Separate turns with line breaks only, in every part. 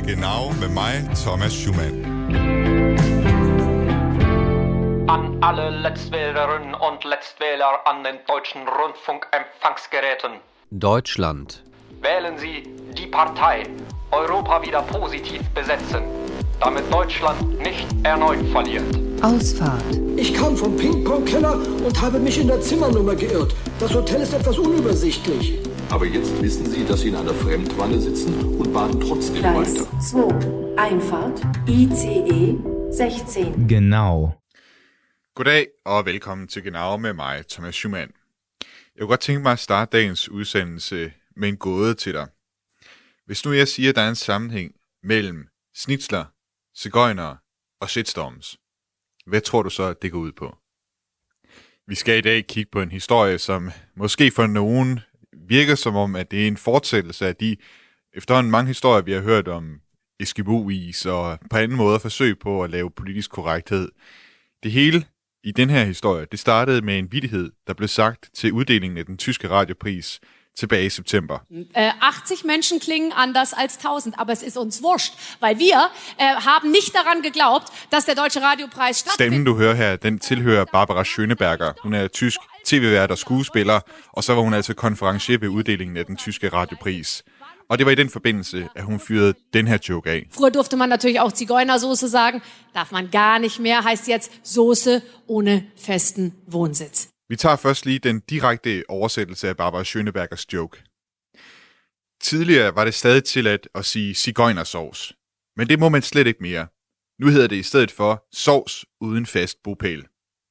Genau med mig, Thomas Schumann.
An alle Letztwählerinnen und Letztwähler an den deutschen Rundfunkempfangsgeräten.
Deutschland.
Wählen Sie die Partei Europa wieder positiv besetzen, damit Deutschland nicht erneut verliert.
Ausfahrt.
Ich kam vom Ping-Pong-Keller und habe mich in der Zimmernummer geirrt. Das Hotel ist etwas unübersichtlich.
Aber jetzt wissen Sie, dass Sie in einer Fremdwanne sitzen und baden trotzdem
Gleis
weiter.
2. Einfahrt. ICE 16.
Genau.
Goddag og velkommen til Genau med mig, Thomas Schumann. Jeg kunne godt tænke mig at starte dagens udsendelse med en gåde til dig. Hvis nu jeg siger, at der er en sammenhæng mellem schnitzler, sigøjnere og shitstorms, hvad tror du så, at det går ud på? Vi skal i dag kigge på en historie, som måske for nogen virker som om, at det er en fortsættelse af de efterhånden mange historier, vi har hørt om Eskimo-is og på anden måde forsøg på at lave politisk korrekthed. Det hele i den her historie, det startede med en vittighed, der blev sagt til uddelingen af den tyske radiopris tilbage i september.
80 Menschen klingen anders als 1000, aber es ist uns wurscht, weil wir haben nicht daran geglaubt, dass der Deutsche Radiopreis stattfindet.
Stemmen, du hører her, den tilhører Barbara Schöneberger. Hun er tysk tv-vært og skuespiller, og så var hun altså konferencier ved uddelingen af den tyske radiopris. Og det var i den forbindelse, at hun fyrede den her joke af.
Früher durfte man natürlich auch Zigeunersoße sagen, darf man gar nicht mehr, heißt jetzt Soße ohne festen Wohnsitz.
Vi tager først lige den direkte oversættelse af Barbara Schönebergers joke. Tidligere var det stadig tilladt at sige sigøjnersovs, men det må man slet ikke mere. Nu hedder det i stedet for sovs uden fast bopæl.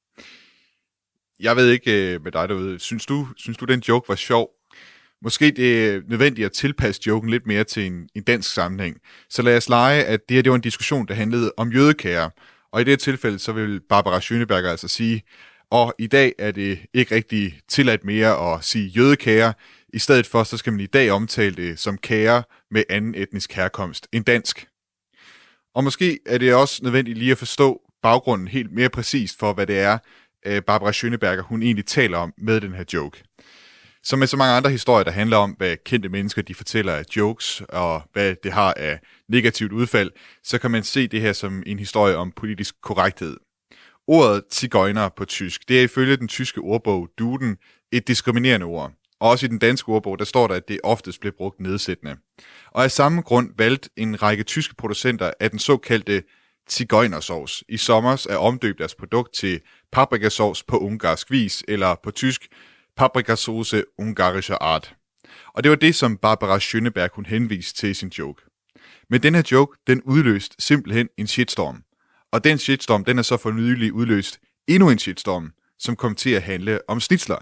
Jeg ved ikke med dig derude, synes du den joke var sjov? Måske det er nødvendigt at tilpasse joken lidt mere til en dansk sammenhæng. Så lad os lege, at det var en diskussion, der handlede om jødekager. Og i det tilfælde, så vil Barbara Schöneberger altså sige, og i dag er det ikke rigtig tilladt mere at sige jødekager. I stedet for, så skal man i dag omtale det som kager med anden etnisk herkomst end dansk. Og måske er det også nødvendigt lige at forstå baggrunden helt mere præcist for, hvad det er, Barbara Schöneberger hun egentlig taler om med den her joke. Som med så mange andre historier, der handler om, hvad kendte mennesker de fortæller af jokes, og hvad det har af negativt udfald, så kan man se det her som en historie om politisk korrekthed. Ordet zigeuner på tysk, det er ifølge den tyske ordbog Duden et diskriminerende ord. Og også i den danske ordbog, der står der, at det oftest bliver brugt nedsættende. Og af samme grund valgte en række tyske producenter af den såkaldte zigeunersauce i sommers at omdøbe deres produkt til paprikasauce på ungarsk vis, eller på tysk paprikasauce ungarischer Art. Og det var det, som Barbara Schöneberg hun henviste til i sin joke. Men den her joke, den udløste simpelthen en shitstorm. Og den shitstorm, den er så for nylig udløst endnu en shitstorm, som kom til at handle om schnitzler.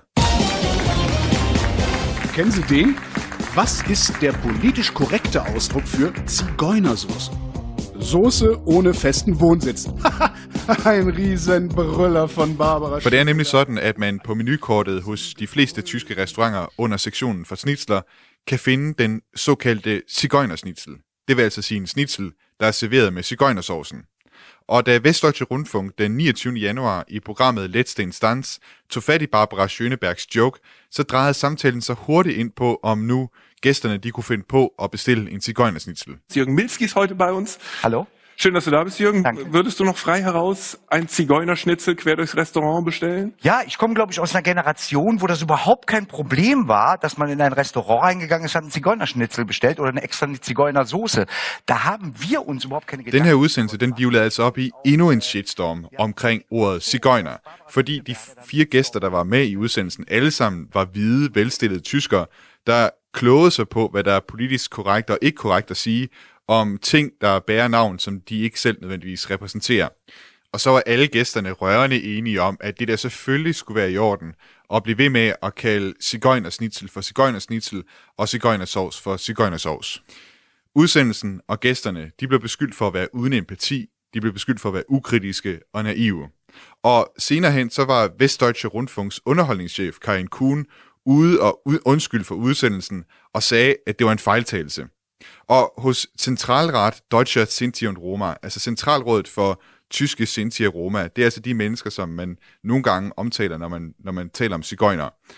Kennen Sie den? Was ist der politisch korrekte Ausdruck für Zigeunersoße? Soße ohne festen Wohnsitz. Ein Riesenbrüller von Barbara.
For det er nemlig sådan, at man på menukortet hos de fleste tyske restauranter under sektionen for schnitzler kan finde den såkaldte zigeunersnitzel. Det vil altså sige en schnitzel, der er serveret med zigeunersaucen. Og da Westdeutsche Rundfunk den 29. januar i programmet Letzte Instanz tog fat i Barbara Schönebergs joke, så drejede samtalen sig hurtigt ind på, om nu gæsterne de kunne finde på at bestille en zigeunersnitzel.
Jürgen Milski ist heute bei uns.
Hallo.
Schön, dass du da bist, Jürgen.
Danke.
Würdest du noch frei heraus ein Zigeunerschnitzel quer durchs Restaurant bestellen?
Ja, ich komme, glaube ich, aus einer Generation, wo das überhaupt kein Problem war, dass man in ein Restaurant reingegangen ist, hat einen Zigeunerschnitzel bestellt oder eine extra Zigeunersoße. Da haben wir uns überhaupt keine Gedanken.
Den her udsendelse, den hvirvlede altså op i endnu en shitstorm omkring ordet zigeuner, fordi de 4 gæster, der var med i udsendelsen, alle sammen var hvide, velstillede tyskere, der klogede sig på, hvad der er politisk korrekt og ikke korrekt at sige, om ting, der bærer navn, som de ikke selv nødvendigvis repræsenterer. Og så var alle gæsterne rørende enige om, at det der selvfølgelig skulle være i orden, og blive ved med at kalde zigeunersnitzel for zigeunersnitzel, og zigeunersovs for zigeunersovs. Udsendelsen og gæsterne, de blev beskyldt for at være uden empati, de blev beskyldt for at være ukritiske og naive. Og senere hen, så var Westdeutsche Rundfunks underholdningschef Karin Kuhn ude og undskyld for udsendelsen, og sagde, at det var en fejltagelse. Og hos Zentralrat Deutscher Sinti und Roma, altså Centralrådet for tyske Sinti og Roma, det er altså de mennesker, som man nogle gange omtaler, når man taler om sigøjnere.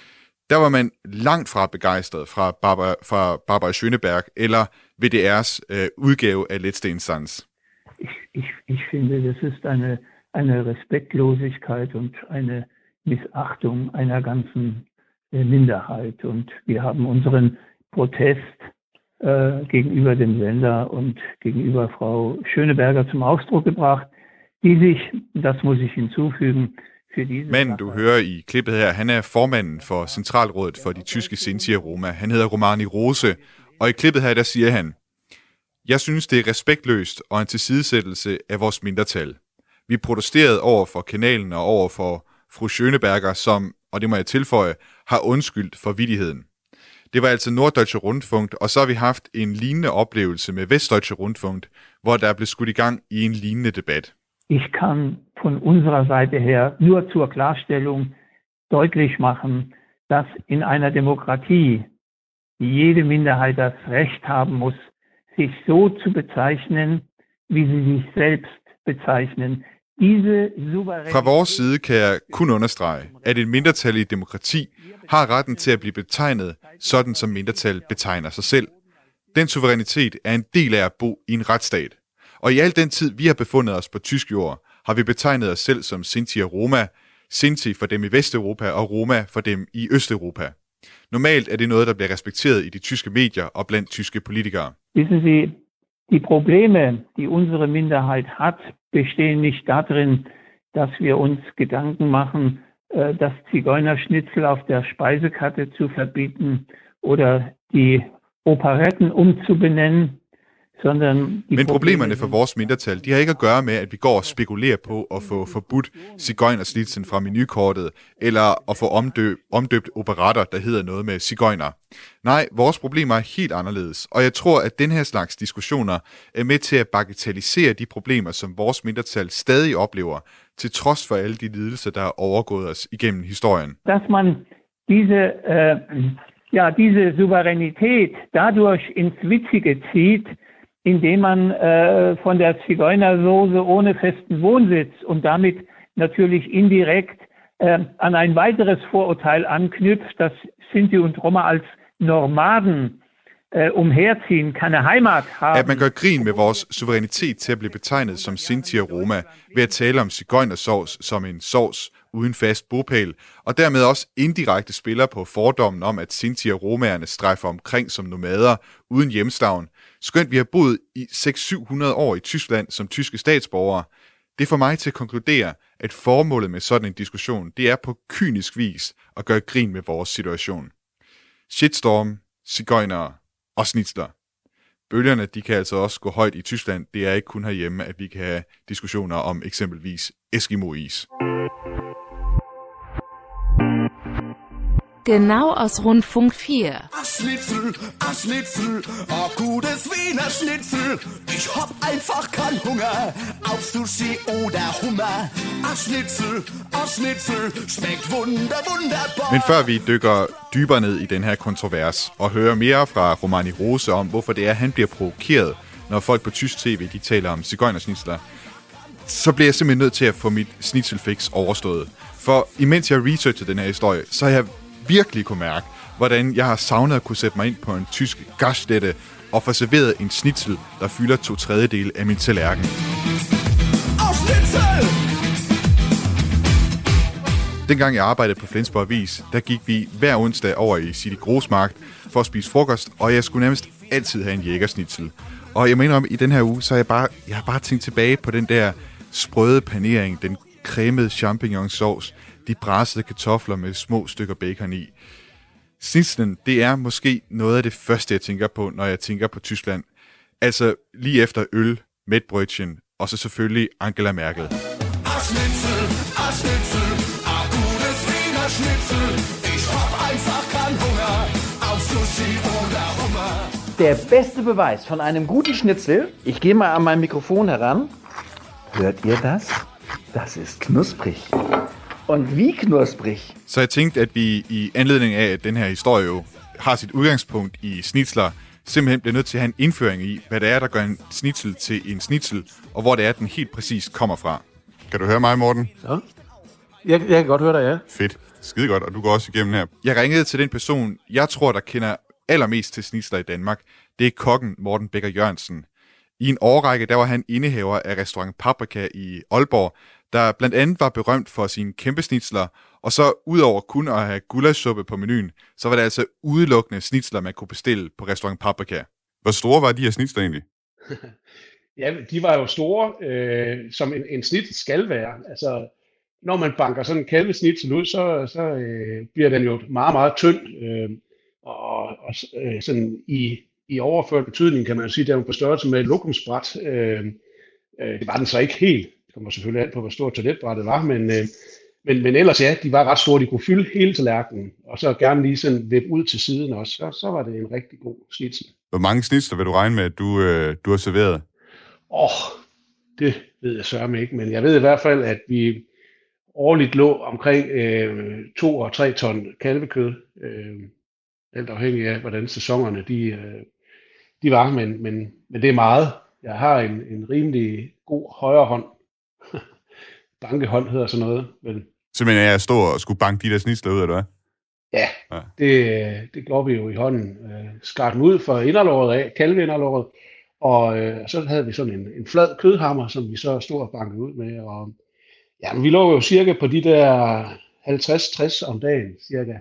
der var man langt fra begejstret fra Barbara Schöneberg eller WDR's udgave af Letzte Instanz.
Ich finde, das ist eine Respektlosigkeit und eine Missachtung einer ganzen Minderheit. Und wir haben unseren Protest gegenüber dem Sender und gegenüber Frau Schöneberger zum Ausdruck gebracht, die sich, das muss ich hinzufügen, für diese...
Men, du hører i klippet her, han er formanden for Centralrådet for de tyske Sinti og Roma. Han hedder Romani Rose, og i klippet her, der siger han: Jeg synes, det er respektløst og en tilsidesættelse af vores mindretal. Vi protesterede over for kanalen og over for fru Schöneberger, som, og det må jeg tilføje, har undskyldt for vittigheden. Det var altså Norddeutsche Rundfunk, og så har vi haft en lignende oplevelse med Westdeutsche Rundfunk, hvor der blev skudt i gang i en lignende debat.
Ich kann von unserer Seite her nur zur Klarstellung deutlich machen, dass in einer Demokratie jede Minderheit das Recht haben muss, sich so zu bezeichnen, wie sie sich selbst bezeichnen.
Fra vores side kan jeg kun understrege, at et mindretal i demokrati har retten til at blive betegnet sådan, som mindretal betegner sig selv. Den suverænitet er en del af at bo i en retsstat. Og i al den tid, vi har befundet os på tysk jord, har vi betegnet os selv som Sinti og Roma, Sinti for dem i Vesteuropa og Roma for dem i Østeuropa. Normalt er det noget, der bliver respekteret i de tyske medier og blandt tyske politikere.
Wissen Sie, die Probleme, die unsere Minderheit hat, bestehen nicht darin, dass wir uns Gedanken machen, das Zigeunerschnitzel auf der Speisekarte zu verbieten oder die Operetten umzubenennen, sondern... Men
problemerne for vores mindretal, de har ikke at gøre med, at vi går og spekulerer på at få forbudt zigeunerschnitzel fra menukortet, eller at få omdøbt operatter, der hedder noget med zigeuner. Nej, vores problemer er helt anderledes, og jeg tror, at den her slags diskussioner er med til at bagatellisere de problemer, som vores mindretal stadig oplever, til trods for alle de lidelser, der har overgået os igennem historien.
Dass man diese Souveränität dadurch ins Witzige zieht, indem man von der Zigeunersoße ohne festen Wohnsitz und damit natürlich indirekt an ein weiteres Vorurteil anknüpft, dass Sinti und Roma als Nomaden umherziehen, keine Heimat haben.
At man gør grin med vores suverænitet til at blive betegnet som Sinti og Roma ved at tale om zigeunersovs som en sovs uden fast bopæl, og dermed også indirekte spiller på fordommen om, at Sinti og Romaerne strejfer omkring som nomader uden hjemstavn, skønt vi har boet i 600-700 år i Tyskland som tyske statsborgere. Det får mig til at konkludere, at formålet med sådan en diskussion, det er på kynisk vis at gøre grin med vores situation. Shitstorm, zigeuner og schnitzler. Bølgerne, de kan altså også gå højt i Tyskland. Det er ikke kun herhjemme, at vi kan have diskussioner om eksempelvis Eskimo-is.
Genau aus Rundfunk 4.
Schnitzel, gutes Wiener Schnitzel. Ich hab einfach keinen Hunger auf Sushi oder Hummer. Schnitzel, schmeckt wunderbar.
Men før vi dykker dybere ned i den her kontrovers og hører mere fra Romani Rose om, hvorfor det er, han bliver provokeret, når folk på tysk tv de taler om zigeunerschnitzler, så bliver jeg simpelthen nødt til at få mit schnitzelfix overstået. For imens jeg researchede den her historie, så har jeg virkelig kunne mærke, hvordan jeg har savnet at kunne sætte mig ind på en tysk gaststätte og få serveret en schnitzel, der fylder 2/3 af min tallerken. Dengang jeg arbejdede på Flensborg Avis, der gik vi hver onsdag over i City Großmarkt for at spise frokost, og jeg skulle nærmest altid have en jægerschnitzel. Og jeg mener om, i den her uge, så har jeg har bare tænkt tilbage på den der sprøde panering, den cremede champignonsauce, de brassede kartofler med små stykker bacon i. Schnitzlen, det er måske noget af det første, jeg tænker på, når jeg tænker på Tyskland. Altså lige efter øl, Mettbrötchen og så selvfølgelig Angela Merkel.
Schnitzel, gutes Wiener Schnitzel. Ich hab einfach keinen Hunger auf Sushi oder Hummer.
Der beste Beweis von einem guten Schnitzel, ich gehe mal an mein Mikrofon heran. Hört ihr das? Das ist knusprig. Und wie knusprig.
Så jeg tænkte, at vi i anledning af, at den her historie jo har sit udgangspunkt i schnitzler, simpelthen bliver nødt til at have en indføring i, hvad det er, der gør en schnitzel til en schnitzel, og hvor det er, den helt præcis kommer fra. Kan du høre mig, Morten?
Så. Jeg kan godt høre dig, ja.
Fedt.
Skide godt, og du går også igennem her.
Jeg ringede til den person, jeg tror, der kender allermest til snitsler i Danmark. Det er kokken Morten Becker Jørgensen. I en årrække, der var han indehaver af restaurant Paprika i Aalborg, der blandt andet var berømt for sine kæmpe snitsler, og så udover kun at have gulassuppe på menuen, så var det altså udelukkende snitsler, man kunne bestille på restaurant Paprika.
Hvor store var de her snitsler egentlig?
Ja, de var jo store, som en snitsel skal være. Altså, når man banker sådan en kalvesnitsel ud, så bliver den jo meget, meget tynd, og sådan i overført betydning kan man jo sige, at den var på størrelse med et lokumsbræt. Det var den så ikke helt. Det kommer selvfølgelig an på, hvor stort toiletbrættet var, men ellers ja, de var ret store. De kunne fylde hele tallerkenen, og så gerne lige sådan lidt ud til siden også. Så var det en rigtig god snitsel.
Hvor mange snitsler vil du regne med, at du har serveret?
Det ved jeg sørme ikke, men jeg ved i hvert fald, at vi årligt lå omkring 2 og 3 ton kalvekød. Alt afhængig af, hvordan sæsonerne de var, men det er meget. Jeg har en rimelig god højre hånd. Bankehånd hedder sådan noget. Men
simpelthen er jeg stå og skulle banke de der snitsler ud, eller hvad?
Ja. Det gjorde vi jo i hånden. Skar dem ud fra inderlåret af, kalveinderlåret, og så havde vi sådan en flad kødhammer, som vi så stod og bankede ud med. Og ja, men vi lå jo cirka på de der 50-60 om dagen, cirka,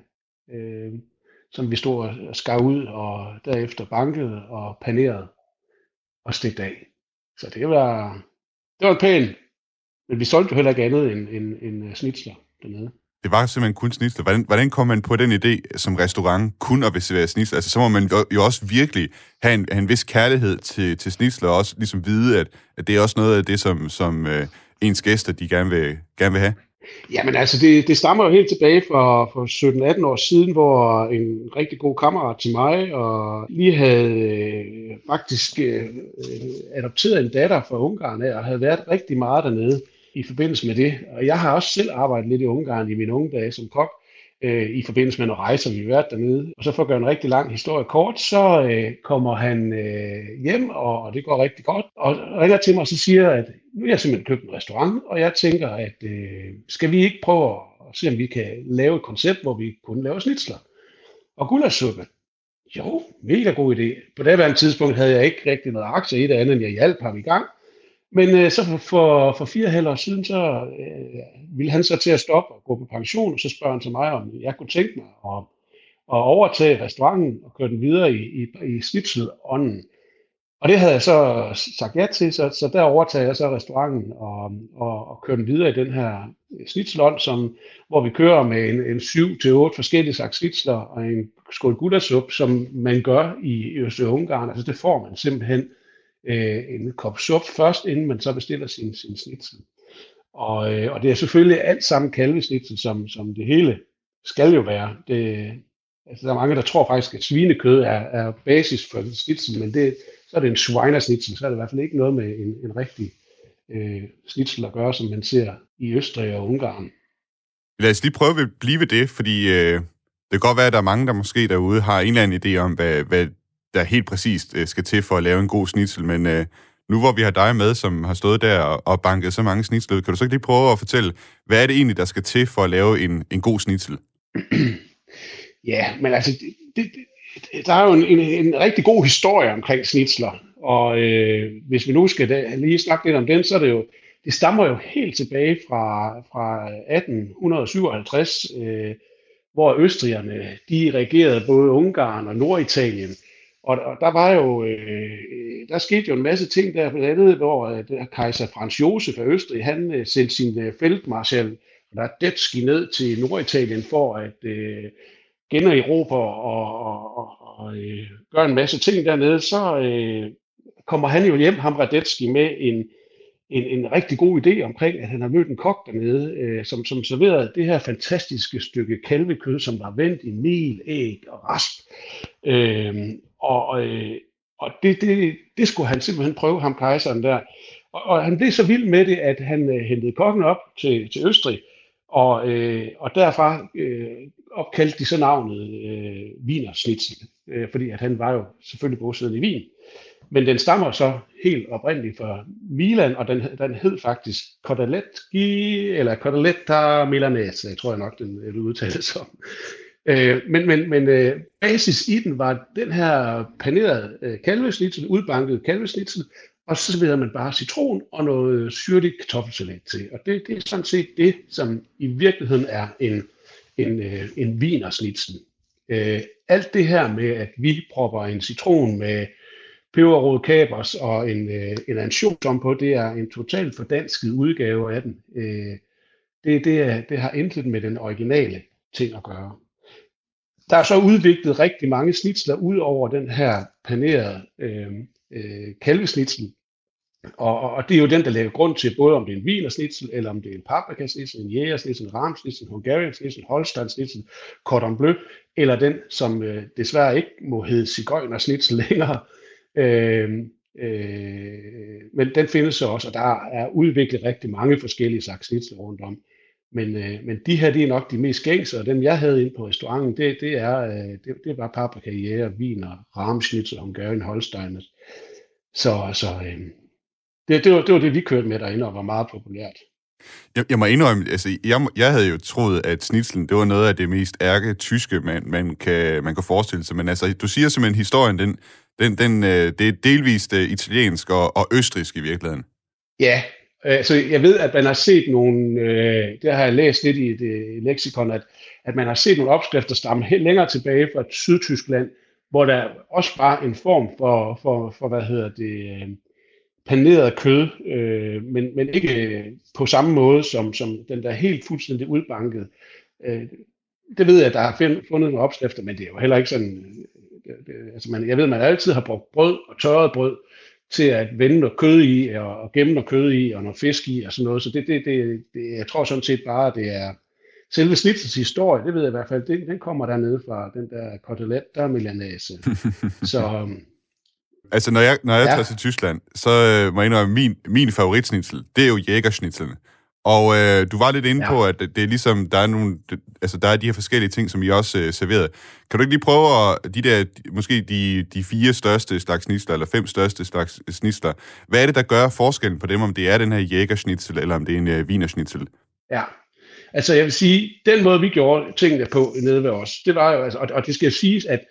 som vi stod og skar ud, og derefter bankede og panerede og stegte af. Så det var pænt. Men vi solgte jo heller ikke andet end snitsler dernede.
Det var simpelthen kun snitsler. Hvordan kom man på den idé som restaurant kun at servere snitsler? Altså, så må man jo også virkelig have en vis kærlighed til snitsler, og også ligesom vide, at det er også noget af det, som ens gæster de gerne vil have.
Jamen altså, det stammer jo helt tilbage for 17-18 år siden, hvor en rigtig god kammerat til mig, og lige havde faktisk adopteret en datter fra Ungarn af, og havde været rigtig meget dernede i forbindelse med det. Og jeg har også selv arbejdet lidt i Ungarn i mine unge dage som kok, i forbindelse med nogle rejser, vi har været dernede. Og så for at gøre en rigtig lang historie kort, så kommer han hjem, og det går rigtig godt, og ringer til mig og så siger, at nu har jeg simpelthen købt en restaurant, og jeg tænker, at skal vi ikke prøve at se, om vi kan lave et koncept, hvor vi kun laver snitsler og gulassuppe? Jo, mega god idé. På daværende tidspunkt havde jeg ikke rigtig noget aktie i det andet, end jeg hjalp ham i gang. Men så for 4,5 år siden, så ville han så til at stoppe og gå på pension, og så spørger han til mig, om jeg kunne tænke mig at overtage restauranten og køre den videre i snitselonden. Og det havde jeg så sagt ja til, så der overtager jeg så restauranten og kører den videre i den her snitselånd, hvor vi kører med en 7 til 8 forskellige slags snitsler og en skål gulassuppe, som man gør i Østrig-Ungarn. Altså det får man simpelthen en kop suppe først, inden man så bestiller sin snitsel. Og det er selvfølgelig alt sammen kalvesnitsel, som det hele skal jo være. Altså der er mange, der tror faktisk, at svinekød er basis for snitsel, men så er det en schweinersnitsel, så er det i hvert fald ikke noget med en rigtig snitsel at gøre, som man ser i Østrig og Ungarn.
Lad os lige prøve at blive ved det, fordi det kan godt være, at der er mange, der måske derude har en eller anden idé om, hvad der helt præcist skal til for at lave en god snitsel, men nu hvor vi har dig med, som har stået der og banket så mange snitsler, kan du så ikke lige prøve at fortælle, hvad er det egentlig, der skal til for at lave en god snitsel?
Ja, men altså, der er jo en rigtig god historie omkring snitsler, og hvis vi nu skal lige snakke lidt om den, så er det stammer jo helt tilbage fra 1857, hvor østrigerne, de regerede både Ungarn og Norditalien. Og der var jo, der skete jo en masse ting der, blandt andet, hvor kejser Franz Josef af Østrig, han sendte sin feltmarskal Radetzky ned til Norditalien for at generobre og gøre en masse ting dernede. Så kommer han jo hjem, ham Radetzky, med en rigtig god idé omkring, at han har mødt en kok dernede, som serverede det her fantastiske stykke kalvekød, som var vendt i mel, æg og rasp. Og det skulle han simpelthen prøve, ham kejseren der. Og han blev så vild med det, at han hentede kokken op til Østrig, og derfra opkaldte de så navnet Wiener Schnitzel, fordi at han var jo selvfølgelig bosiddende i Wien. Men den stammer så helt oprindeligt fra Milan, og den hed faktisk Cordaletki, eller Cordaletta Milanese, tror jeg nok, den udtales som. Men basis i den var den her panerede kalvesnitzel, udbanket kalvesnitzel, og så serverede man bare citron og noget syrlig kartoffelsalat til. Og det er sådan set det, som i virkeligheden er en wienersnitzel. Alt det her med, at vi propper en citron med peberrod kapers og en ansjovis på, det er en totalt fordansket udgave af den. Det har intet med den originale ting at gøre. Der er så udviklet rigtig mange snitsler ud over den her panerede kalvesnitzel. Og det er jo den, der lægger grund til, både om det er en wienersnitzel, eller om det er en paprikasnitzel, en jægersnitzel, en ramsnitzel, en hungariansnitzel, en holsteinsnitzel, cordon bleu, eller den, som desværre ikke må hedde zigeunersnitzel længere. Men den findes så også, og der er udviklet rigtig mange forskellige slags snitsler rundt om. Men de her, de er nok de mest gængse, og dem jeg havde inde på restauranten, det var paprika, jæger, wiener, ramsnitzel, hungarian, holsteiner. Det var det, vi kørte med derinde, og var meget populært.
Jeg må indrømme, altså, jeg havde jo troet, at schnitzelen, det var noget af det mest ærke-tyske, man kan forestille sig. Men altså, du siger simpelthen, historien, det er delvist italiensk og østrigsk i virkeligheden.
Ja, altså jeg ved, at man har set nogle, det har jeg læst lidt i det leksikon, at man har set nogle opskrifter stamme helt længere tilbage fra Sydtyskland, hvor der også var en form for paneret kød, men ikke på samme måde som den der helt fuldstændig udbanket. Det ved jeg, at der har fundet nogle opskrifter, men det er jo heller ikke sådan. Jeg ved, at man altid har brugt brød og tørret brød til at vende noget kød i, og gemme noget kød i, og noget fisk i, og sådan noget. Så det jeg tror sådan set bare, at det er selve snitzels historie, det ved jeg i hvert fald, den kommer dernede fra den der Cordaletta Milanese. Så
altså, når jeg tager til Tyskland, så må jeg indrømme, min favoritsnitzel, det er jo jægerschnitzelene. Og du var lidt inde på, at det er ligesom, der er de her forskellige ting, som I også serverede. Kan du ikke lige prøve måske de 4 største slags snitsler, eller 5 største slags snitsler, hvad er det, der gør forskellen på dem, om det er den her jægerschnitzel, eller om det er en wienerschnitzel? Ja,
altså jeg vil sige, den måde, vi gjorde tingene på nede ved os, det var jo, altså, og det skal siges, at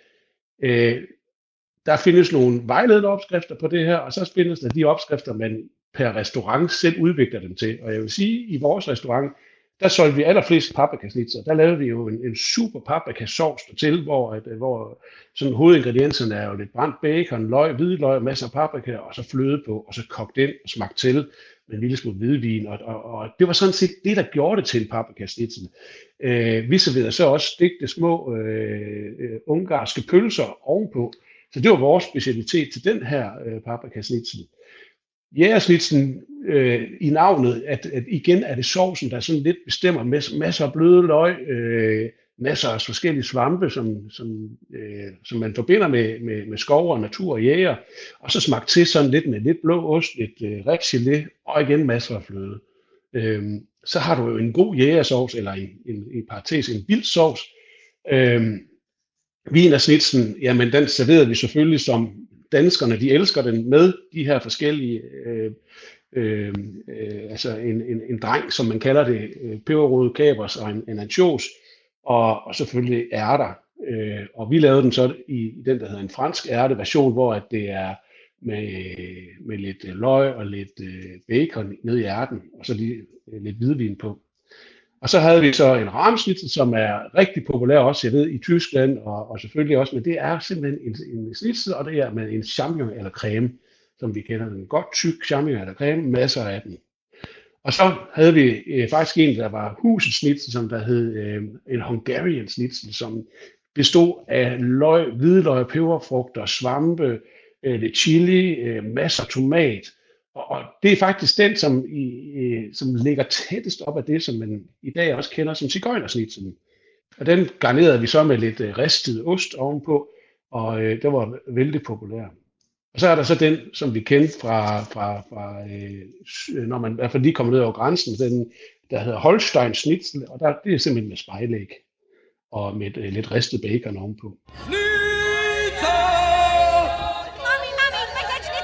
der findes nogle vejledende opskrifter på det her, og så findes der de opskrifter, man per restaurant selv udvikler dem til. Og jeg vil sige, i vores restaurant, der solgte vi allerflest paprikasnitser. Der lavede vi jo en super paprikasauce til, hvor sådan hovedingredienserne er jo lidt brændt bacon, løg, hvidløg, masser af paprika, og så fløde på, og så kogt ind og smagt til med en lille smule hvidvin. Og det var sådan set det, der gjorde det til en paprikasnitzel. Vi serverede så også stegte små ungarske pølser ovenpå. Så det var vores specialitet til den her paprikasnitzel. Jægersnitzeln i navnet, at igen er det sovsen, der sådan lidt bestemmer masser af bløde løg, masser af forskellige svampe, som man forbinder med skov og natur og jæger, og så smagt til sådan lidt med lidt blå ost, lidt rexgelé og igen masser af fløde. Så har du jo en god jægersovs, eller en parentes, en vild sovs. Wienersnitzlen, jamen den serverede vi selvfølgelig som danskerne, de elsker den med de her forskellige, altså en dreng, som man kalder det, peberrod, kapers og en ansjovis, og selvfølgelig ærter. Og vi lavede den så i den, der hedder en fransk ærteversion, hvor at det er med lidt løg og lidt bacon nede i ærten, og så lige lidt hvidvin på. Og så havde vi så en ramsnitzel, som er rigtig populær også, jeg ved, i Tyskland, og selvfølgelig også, men det er simpelthen en snitzel, og det er med en champignon eller creme, som vi kender den. Godt tyk champignon eller creme, masser af den. Og så havde vi faktisk en, der var husets snitzel, som der hed en Hungarian snitzel, som bestod af løg, hvidløg, peberfrugter, svampe, lidt chili, masser af tomat. Og det er faktisk den, som ligger tættest op af det, som man i dag også kender som zigeunersnitzelen. Og den garnerede vi så med lidt ristet ost ovenpå, og det var vældig populær. Og så er der så den, som vi kendte fra når man i hvert fald lige kommer ned over grænsen, den der hedder Holstein-schnitzel, og det er simpelthen med spejlæg og med lidt ristet bacon ovenpå.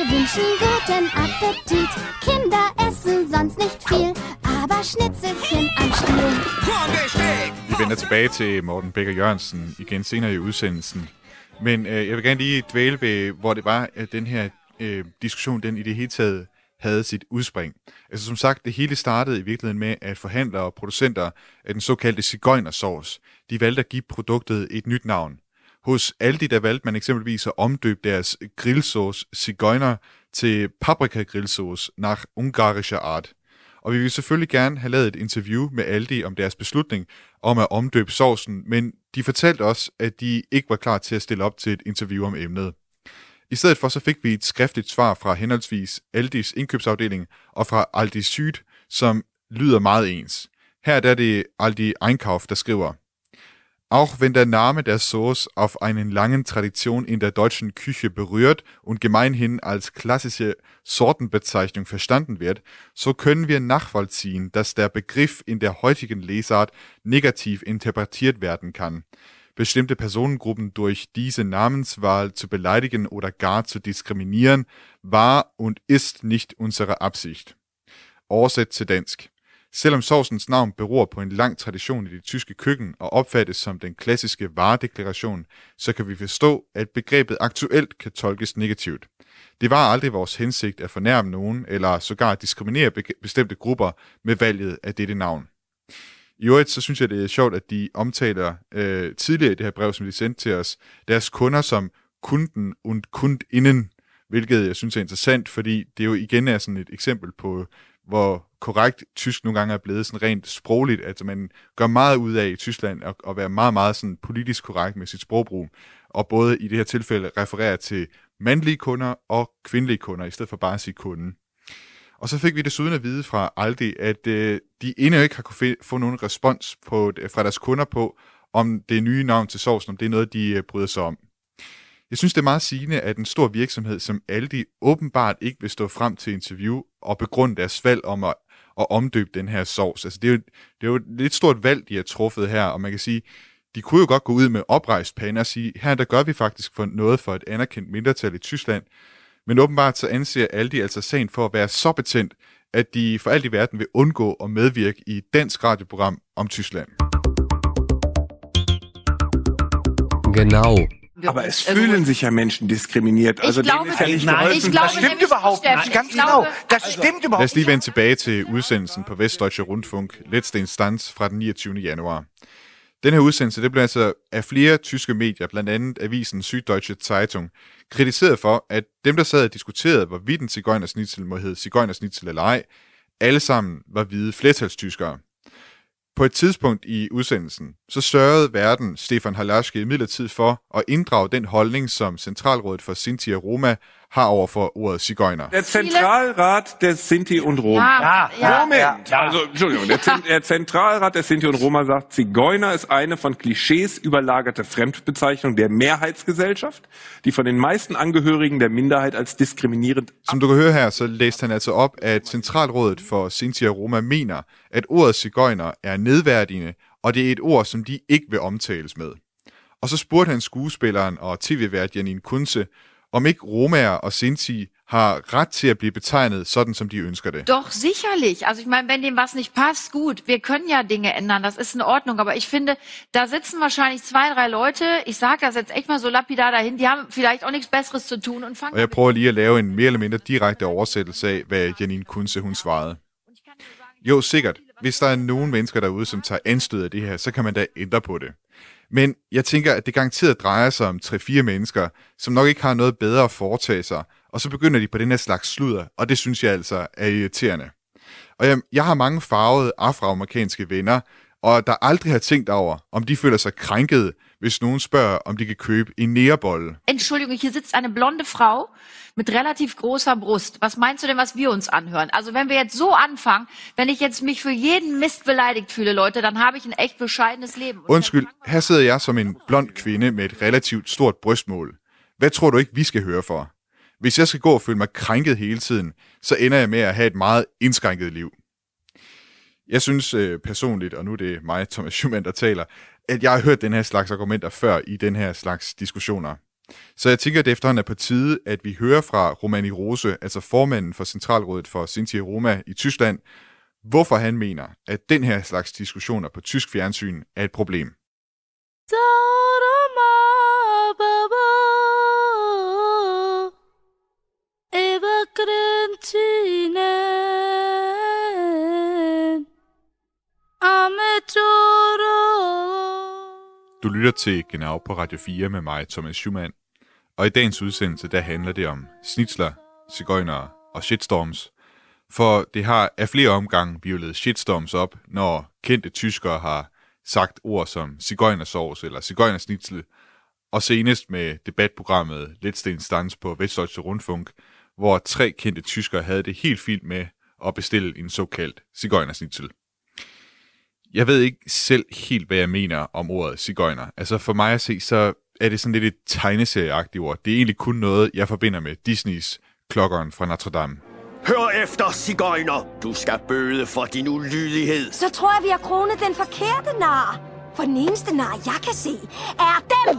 Wir wünschen guten Appetit. Kinder essen sonst nicht viel, aber Schnitzelchen am Stiel.
Vi vender tilbage til Morten Becker Jørgensen igen senere i udsendelsen. Men jeg vil gerne lige dvæle ved, hvor det var, at den her diskussion, den i det hele taget havde sit udspring. Altså som sagt, det hele startede i virkeligheden med, at forhandlere og producenter af den såkaldte zigeunersauce, de valgte at give produktet et nyt navn. Hos Aldi, der valgte man eksempelvis at omdøbe deres grillsauce Zigeuner til paprika-grillsauce nach ungarischer Art. Og vi vil selvfølgelig gerne have lavet et interview med Aldi om deres beslutning om at omdøbe sovsen, men de fortalte os, at de ikke var klar til at stille op til et interview om emnet. I stedet for så fik vi et skriftligt svar fra henholdsvis Aldis indkøbsafdeling og fra Aldi Süd, som lyder meget ens. Her er det Aldi Einkauf, der skriver: Auch wenn der Name der Sauce auf einen langen Tradition in der deutschen Küche berührt und gemeinhin als klassische Sortenbezeichnung verstanden wird, so können wir nachvollziehen, dass der Begriff in der heutigen Lesart negativ interpretiert werden kann. Bestimmte Personengruppen durch diese Namenswahl zu beleidigen oder gar zu diskriminieren, war und ist nicht unsere Absicht. Oversæt til dansk. Selvom sovsens navn beror på en lang tradition i det tyske køkken og opfattes som den klassiske varedeklaration, så kan vi forstå, at begrebet aktuelt kan tolkes negativt. Det var aldrig vores hensigt at fornærme nogen eller sågar diskriminere bestemte grupper med valget af dette navn. I øvrigt så synes jeg, det er sjovt, at de omtaler tidligere i det her brev, som de sendte til os, deres kunder som kunden und kundinnen, hvilket jeg synes er interessant, fordi det jo igen er sådan et eksempel på, hvor korrekt tysk nogle gange er blevet sådan rent sprogligt, at man gør meget ud af i Tyskland at være meget, meget sådan politisk korrekt med sit sprogbrug, og både i det her tilfælde refererer til mandlige kunder og kvindelige kunder, i stedet for bare at sige kunden. Og så fik vi desuden at vide fra Aldi, at de endnu ikke har kunne få nogen respons fra deres kunder på, om det nye navn til sovsen, om det er noget, de bryder sig om. Jeg synes, det er meget sigende, at en stor virksomhed som Aldi åbenbart ikke vil stå frem til interview og begrunde deres valg om at omdøbe den her sovs. Altså, det er jo et lidt stort valg, de har truffet her, og man kan sige, de kunne jo godt gå ud med oprejst pande og sige, her der gør vi faktisk for noget for et anerkendt mindretal i Tyskland, men åbenbart så anser Aldi altså sagen for at være så betændt, at de for alt i verden vil undgå at medvirke i et dansk radioprogram om Tyskland.
Genau.
Aber es fühlen sich ja Menschen diskriminiert. Also
glaube,
denen ist ja nicht
nein,
geholfen.
das stimmt überhaupt nicht. Ganz genau. Das stimmt überhaupt
Lad os lige vende tilbage til udsendelsen på Westdeutsche Rundfunk, Letzte Instanz fra den 29. januar. Den her udsendelse, det blev altså af flere tyske medier, blandt andet avisen Süddeutsche Zeitung, kritiseret for, at dem, der sad og diskuterede, hvorvidt en zigeunersnitzel må hedde zigeunersnitzel eller ej, alle sammen var hvide flertalstyskere. På et tidspunkt i udsendelsen, så sørgede værten Stefan Halaschke imidlertid for at inddrage den holdning, som Centralrådet for Sinti og Roma har over for ordet zigeuner.
Der Zentralrat der Sinti und Roma. Moment! Also, Entschuldigung, der Zentralrat der Sinti und Roma sagt, Zigeuner ist eine von Klischees überlagerte Fremdbezeichnung der Mehrheitsgesellschaft, die von den meisten Angehörigen der Minderheit als diskriminierend...
Som du kan høre her, så læste han altså op, at Centralrådet for Sinti og Roma mener, at ordet zigeuner er nedværdigende, og det er et ord, som de ikke vil omtales med. Og så spurgte han skuespilleren og tv-vært Janine Kunze, om ikke romaer og Sinti har ret til at blive betegnet sådan, som de ønsker det.
Doch, sicherlich. Also ich meine, wenn dem was nicht passt, gut, wir können ja Dinge ändern, das ist in Ordnung. Aber ich finde, da sitzen wahrscheinlich 2-3 Leute, ich sage das jetzt echt mal so lapidar dahin, die haben vielleicht auch nichts Besseres zu tun. Und
og jeg prøver lige at lave en mere eller mindre direkte oversættelse af, hvad Janine Kunze hun svarede. Jo, sikkert. Hvis der er nogen mennesker derude, som tager anstød af det her, så kan man da ændre på det. Men jeg tænker, at det garanteret drejer sig om 3-4 mennesker, som nok ikke har noget bedre at foretage sig, og så begynder de på den her slags sludder, og det synes jeg altså er irriterende. Og jeg har mange farvede afroamerikanske venner, og der aldrig har tænkt over, om de føler sig krænket, hvis nogen spørger, om de kan købe en nægerbolle.
Entschuldigung, hier sitzt eine blonde Frau mit relativ großer Brust. Was meinst du denn, was wir uns anhören? Also wenn wir jetzt so anfangen, wenn ich jetzt mich für jeden Mist beleidigt fühle, Leute, dann habe ich ein echt bescheidenes Leben.
Undskyld, her sidder jeg som en blond kvinde med et relativt stort brystmål. Hvad tror du ikke, vi skal høre for? Hvis jeg skal gå og føle mig krænket hele tiden, så ender jeg med at have et meget indskrænket liv. Jeg synes personligt, og nu er det mig, Thomas Schumann, der taler, at jeg har hørt den her slags argumenter før i den her slags diskussioner. Så jeg tænker, at det efterhånden er på tide, at vi hører fra Romani Rose, altså formanden for Centralrådet for Sinti og Roma i Tyskland, hvorfor han mener, at den her slags diskussioner på tysk fjernsyn er et problem. Du lytter til Genau på Radio 4 med mig, Thomas Schumann. Og i dagens udsendelse, der handler det om snitsler, zigøjnere og shitstorms. For det har af flere omgange hvirvlet shitstorms op, når kendte tyskere har sagt ord som zigøjnersovs eller zigøjnersnitsel, og senest med debatprogrammet Letzte Instanz på Westdeutsche Rundfunk, hvor 3 kendte tyskere havde det helt fint med at bestille en såkaldt zigøjnersnitsel. Jeg ved ikke selv helt, hvad jeg mener om ordet zigøjner. Altså for mig at se, så er det sådan lidt et tegneserieagtigt ord. Det er egentlig kun noget, jeg forbinder med Disneys Klokkeren fra Notre Dame.
Hør efter, zigøjner. Du skal bøde for din ulydighed.
Så tror jeg, vi har kronet den forkerte nar. For den eneste nar, jeg kan se, er dem.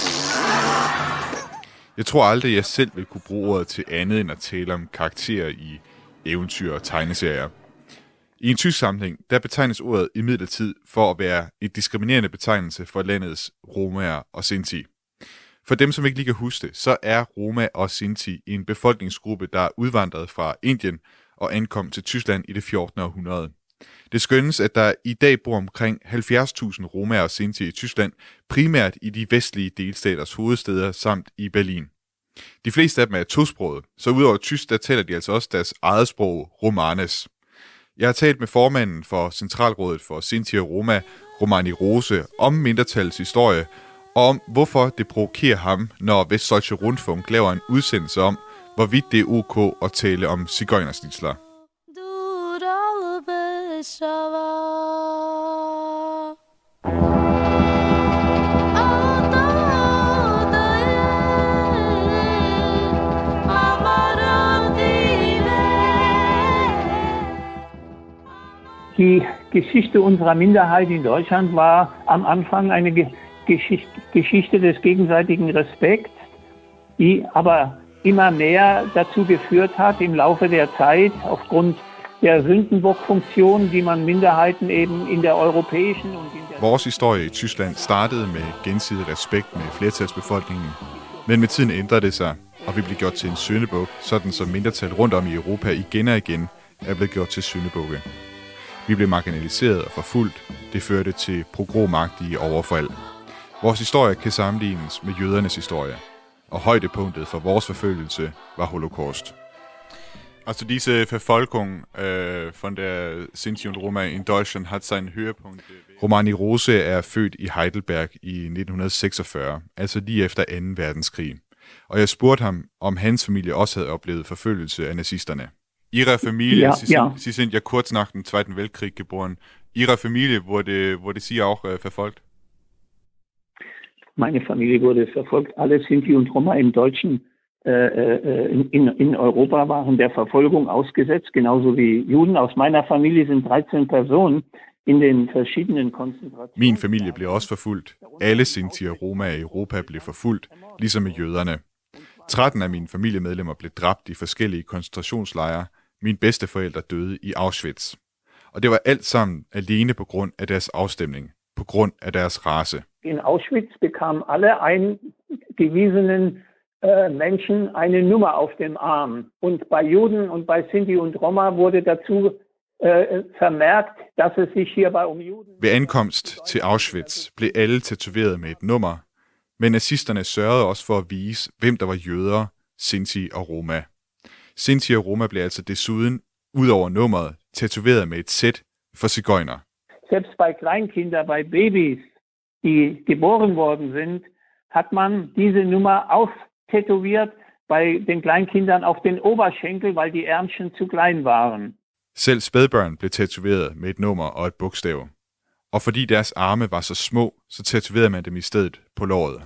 Jeg tror aldrig, jeg selv vil kunne bruge ordet til andet end at tale om karakterer i eventyr og tegneserier. I en tysk sammenhæng, der betegnes ordet imidlertid for at være et diskriminerende betegnelse for landets romaer og sinti. For dem, som ikke lige kan huske det, så er Roma og Sinti en befolkningsgruppe, der er udvandret fra Indien og ankom til Tyskland i det 14. århundrede. Det skønnes, at der i dag bor omkring 70.000 romaer og Sinti i Tyskland, primært i de vestlige delstaters hovedstæder samt i Berlin. De fleste af dem er tosprogede, så udover tysk, der taler de altså også deres eget sprog, romanes. Jeg har talt med formanden for Centralrådet for Sinti og Roma, Romani Rose, om mindretallets historie, og om hvorfor det provokerer ham, når Westdeutsche Rundfunk laver en udsendelse om, hvorvidt det er ok at tale om zigøjnersnitsler.
Die Geschichte unserer Minderheit in Deutschland war am Anfang eine Geschichte des gegenseitigen Respekts, die aber immer mehr dazu geführt hat, im Laufe der Zeit, aufgrund der Sündenbock-Funktion, die man Minderheiten eben in der europäischen und in der...
Vores historie i Tyskland startede med gensidig respekt med flertalsbefolkningen, men med tiden ændrede det sig, og vi blev gjort til en syndebuk, sådan som mindretal rundt om i Europa igen og igen er blevet gjort til syndebukke. Vi blev marginaliseret og forfulgt. Det førte til pogromagtige overfald. Vores historie kan sammenlignes med jødernes historie, og højdepunktet for vores forfølgelse var holocaust.
Also diese Verfolgung von der Sinti und Roma in Deutschland hat seinen Höhepunkt.
Romani Rose er født i Heidelberg i 1946, altså lige efter 2. verdenskrig. Og jeg spurgte ham, om hans familie også havde oplevet forfølgelse af nazisterne.
Ihre Familie,
ja.
Sie sind ja kurz nach dem Zweiten Weltkrieg geboren. Ihre Familie wurde sie auch verfolgt?
Meine Familie wurde verfolgt. Alle Sinti und Roma im Deutschen in Europa waren der Verfolgung ausgesetzt, genauso wie Juden. Aus meiner Familie sind 13 Personen in den verschiedenen Konzentrationen.
Min familie blev også forfulgt. Alle Sinti og Roma i Europa blev forfulgt, ligesom med jøderne. 13 af mine familiemedlemmer blev dræbt i forskellige koncentrationslejre. Mine bedsteforældre døde i Auschwitz. Og det var alt sammen alene på grund af deres afstemning, på grund af deres race.
In Auschwitz bekamen alle eingewiesenen Menschen eine Nummer auf dem Arm. Und bei Juden und bei Sinti und Roma wurde dazu vermerkt, dass es sich hierbei um Juden...
Ved ankomst til Auschwitz blev alle tatoveret med et nummer, men nazisterne sørgede også for at vise, hvem der var jøder, Sinti og Roma. Sinti og Roma blev altså desuden, ud over nummeret, tatoveret med et sæt for zigøjner.
Selbst bei Kleinkinder, bei Babys, die geboren worden sind, hat man diese Nummer auftätowiert bei den Kleinkindern auf den Oberschenkel, weil die Ärmchen zu klein waren.
Selv spædbørn blev tatoveret med et nummer og et bogstav. Og fordi deres arme var så små, så tatoverede man dem i stedet på låret.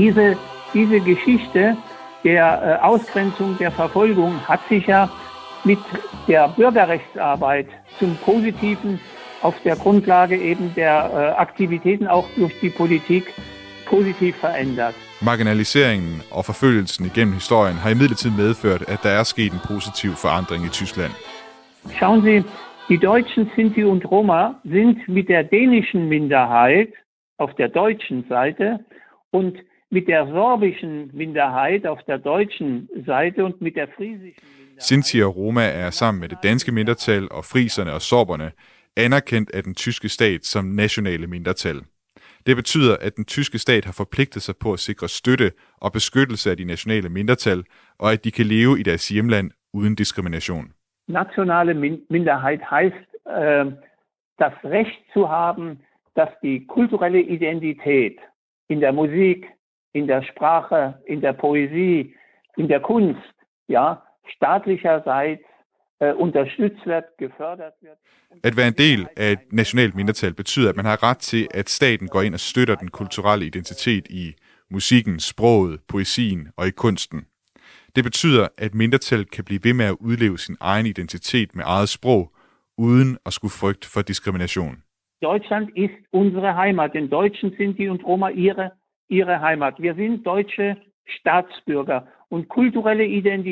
Diese Geschichte der Ausgrenzung, der Verfolgung hat sich ja mit der Bürgerrechtsarbeit zum Positiven auf der Grundlage eben der Aktivitäten auch durch die Politik positiv verändert.
Marginaliseringen og forfølgelsen igennem historien har imidlertid medført, at der er sket en positiv forandring i Tyskland.
Schauen Sie, die Deutschen, Sinti und Roma sind mit der dänischen Minderheit auf der deutschen Seite und mit der sorbischen Minderheit auf der deutschen Seite und mit der friesischen Minderheit.
Sinti og Roma er sammen med det danske mindretal og friserne og sorberne anerkendt af den tyske stat som nationale mindretal. Det betyder, at den tyske stat har forpligtet sig på at sikre støtte og beskyttelse af de nationale mindretal, og at de kan leve i deres hjemland uden diskrimination.
Nationale Minderheit heißt, das Recht zu haben, dass die kulturelle Identität in der Musik, in der Sprache, in der Poesie, in der Kunst, ja, staatlicherseits unterstützt wird, gefördert wird.
At være en del af et nationalt mindretal betyder, at man har ret til, at staten går ind og støtter den kulturelle identitet i musikken, sproget, poesien og i kunsten. Det betyder, at mindretallet kan blive ved med at udleve sin egen identitet med eget sprog, uden at skulle frygte for diskrimination.
Deutschland ist unsere Heimat. Den Deutschen sind die und Roma ihre Heimat. Wir sind deutsche Staatsbürger. Und kulturelle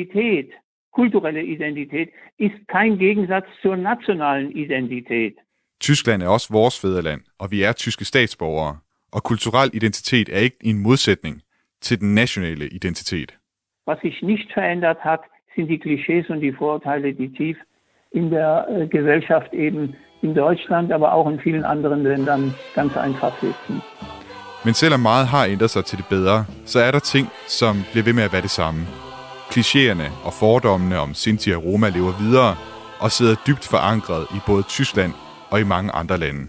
Identität ist kein Gegensatz zur nationalen Identität.
Tyskland er også vores fædreland, og vi er tyske statsborgere. Og kulturel identitet er ikke en modsætning til den nationale identitet.
Was sich nicht verändert hat, sind die Klischees und die Vorurteile, die tief in der Gesellschaft eben in Deutschland, aber auch in vielen anderen Ländern ganz einfach sitzen.
Men selvom meget har ændret sig til det bedre, så er der ting, som bliver ved med at være det samme. Klichéerne og fordommene om Sinti og Roma lever videre og sidder dybt forankret i både Tyskland og i mange andre lande.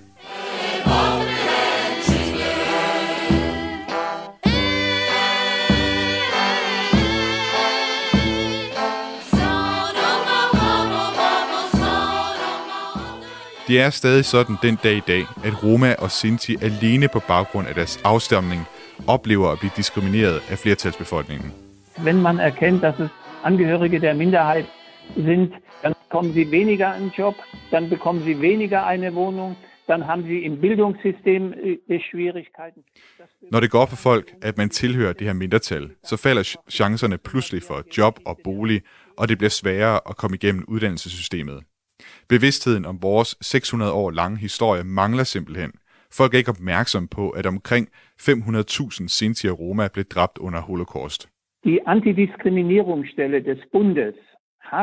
Det er stadig sådan den dag i dag, at Roma og Sinti alene på baggrund af deres afstamning oplever at blive diskrimineret af flertalsbefolkningen.
Wenn man erkennt, dass es Angehörige der Minderheit sind, dann bekommen sie weniger einen Job, dann bekommen sie weniger eine Wohnung, dann haben sie im Bildungssystem Schwierigkeiten.
Når det går op for folk, at man tilhører det her mindretal, så falder chancerne pludselig for job og bolig, og det bliver sværere at komme igennem uddannelsessystemet. Bevidstheden om vores 600 år lange historie mangler simpelthen. Folk er ikke opmærksomme på, at omkring 500.000 Sinti og Roma blev dræbt under Holocaust.
Die Antidiskriminierungsstelle des Bundes hat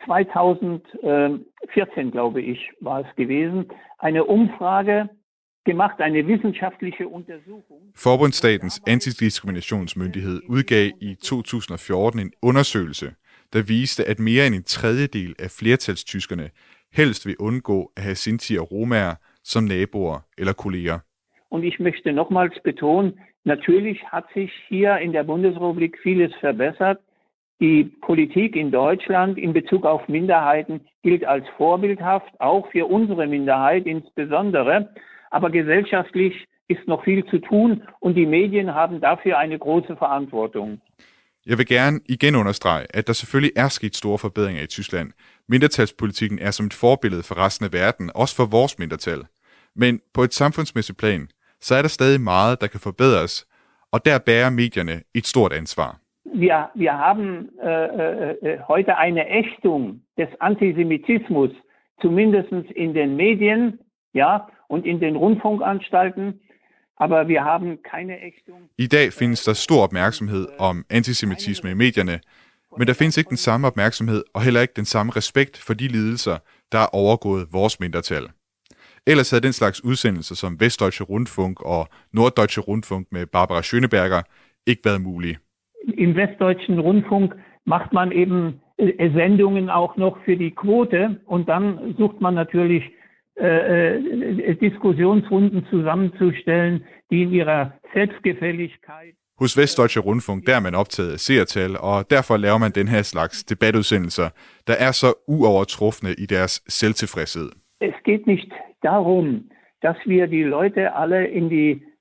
2014, glaube ich, war es gewesen, eine Umfrage gemacht, eine wissenschaftliche Untersuchung.
Forbundsstatens antidiskriminationsmyndighed udgav i 2014 en undersøgelse, der viste, at mere end en tredjedel af flertalstyskerne helst vil undgå at have Sinti og Romaer som naboer eller kolleger.
Und ich möchte nochmals betonen, natürlich hat sich hier in der Bundesrepublik vieles verbessert. Die Politik in Deutschland in Bezug auf Minderheiten gilt als vorbildhaft, auch für unsere Minderheit insbesondere. Aber gesellschaftlich ist noch viel zu tun und die Medien haben dafür eine große Verantwortung.
Jeg vil gerne igen understrege, at der selvfølgelig er sket store forbedringer i Tyskland. Mindretalspolitikken er som et forbillede for resten af verden, også for vores mindretal. Men på et samfundsmæssigt plan, så er der stadig meget, der kan forbedres, og der bærer medierne et stort ansvar.
Wir haben heute eine Ächtung des Antisemitismus, zumindest in den Medien, ja, und in den Rundfunkanstalten. Aber wir haben keine Ächtung.
I dag findes der stor opmærksomhed om antisemitisme i medierne, men der findes ikke den samme opmærksomhed og heller ikke den samme respekt for de lidelser, der er overgået vores mindretal. Ellers havde den slags udsendelser som Westdeutsche Rundfunk og Norddeutsche Rundfunk med Barbara Schöneberger ikke været mulige.
Im Westdeutschen Rundfunk macht man eben Sendungen auch noch für die Quote und dann sucht man natürlich Diskussionsrunden zusammenzustellen, die in ihrer Selbstgefälligkeit.
Hos Westdeutsche Rundfunk der er man optaget af seertal, og derfor laver man den her slags debatudsendelser, der er så uovertrufne i deres selvtilfredshed.
Es geht nicht darum, dass wir die Leute alle in die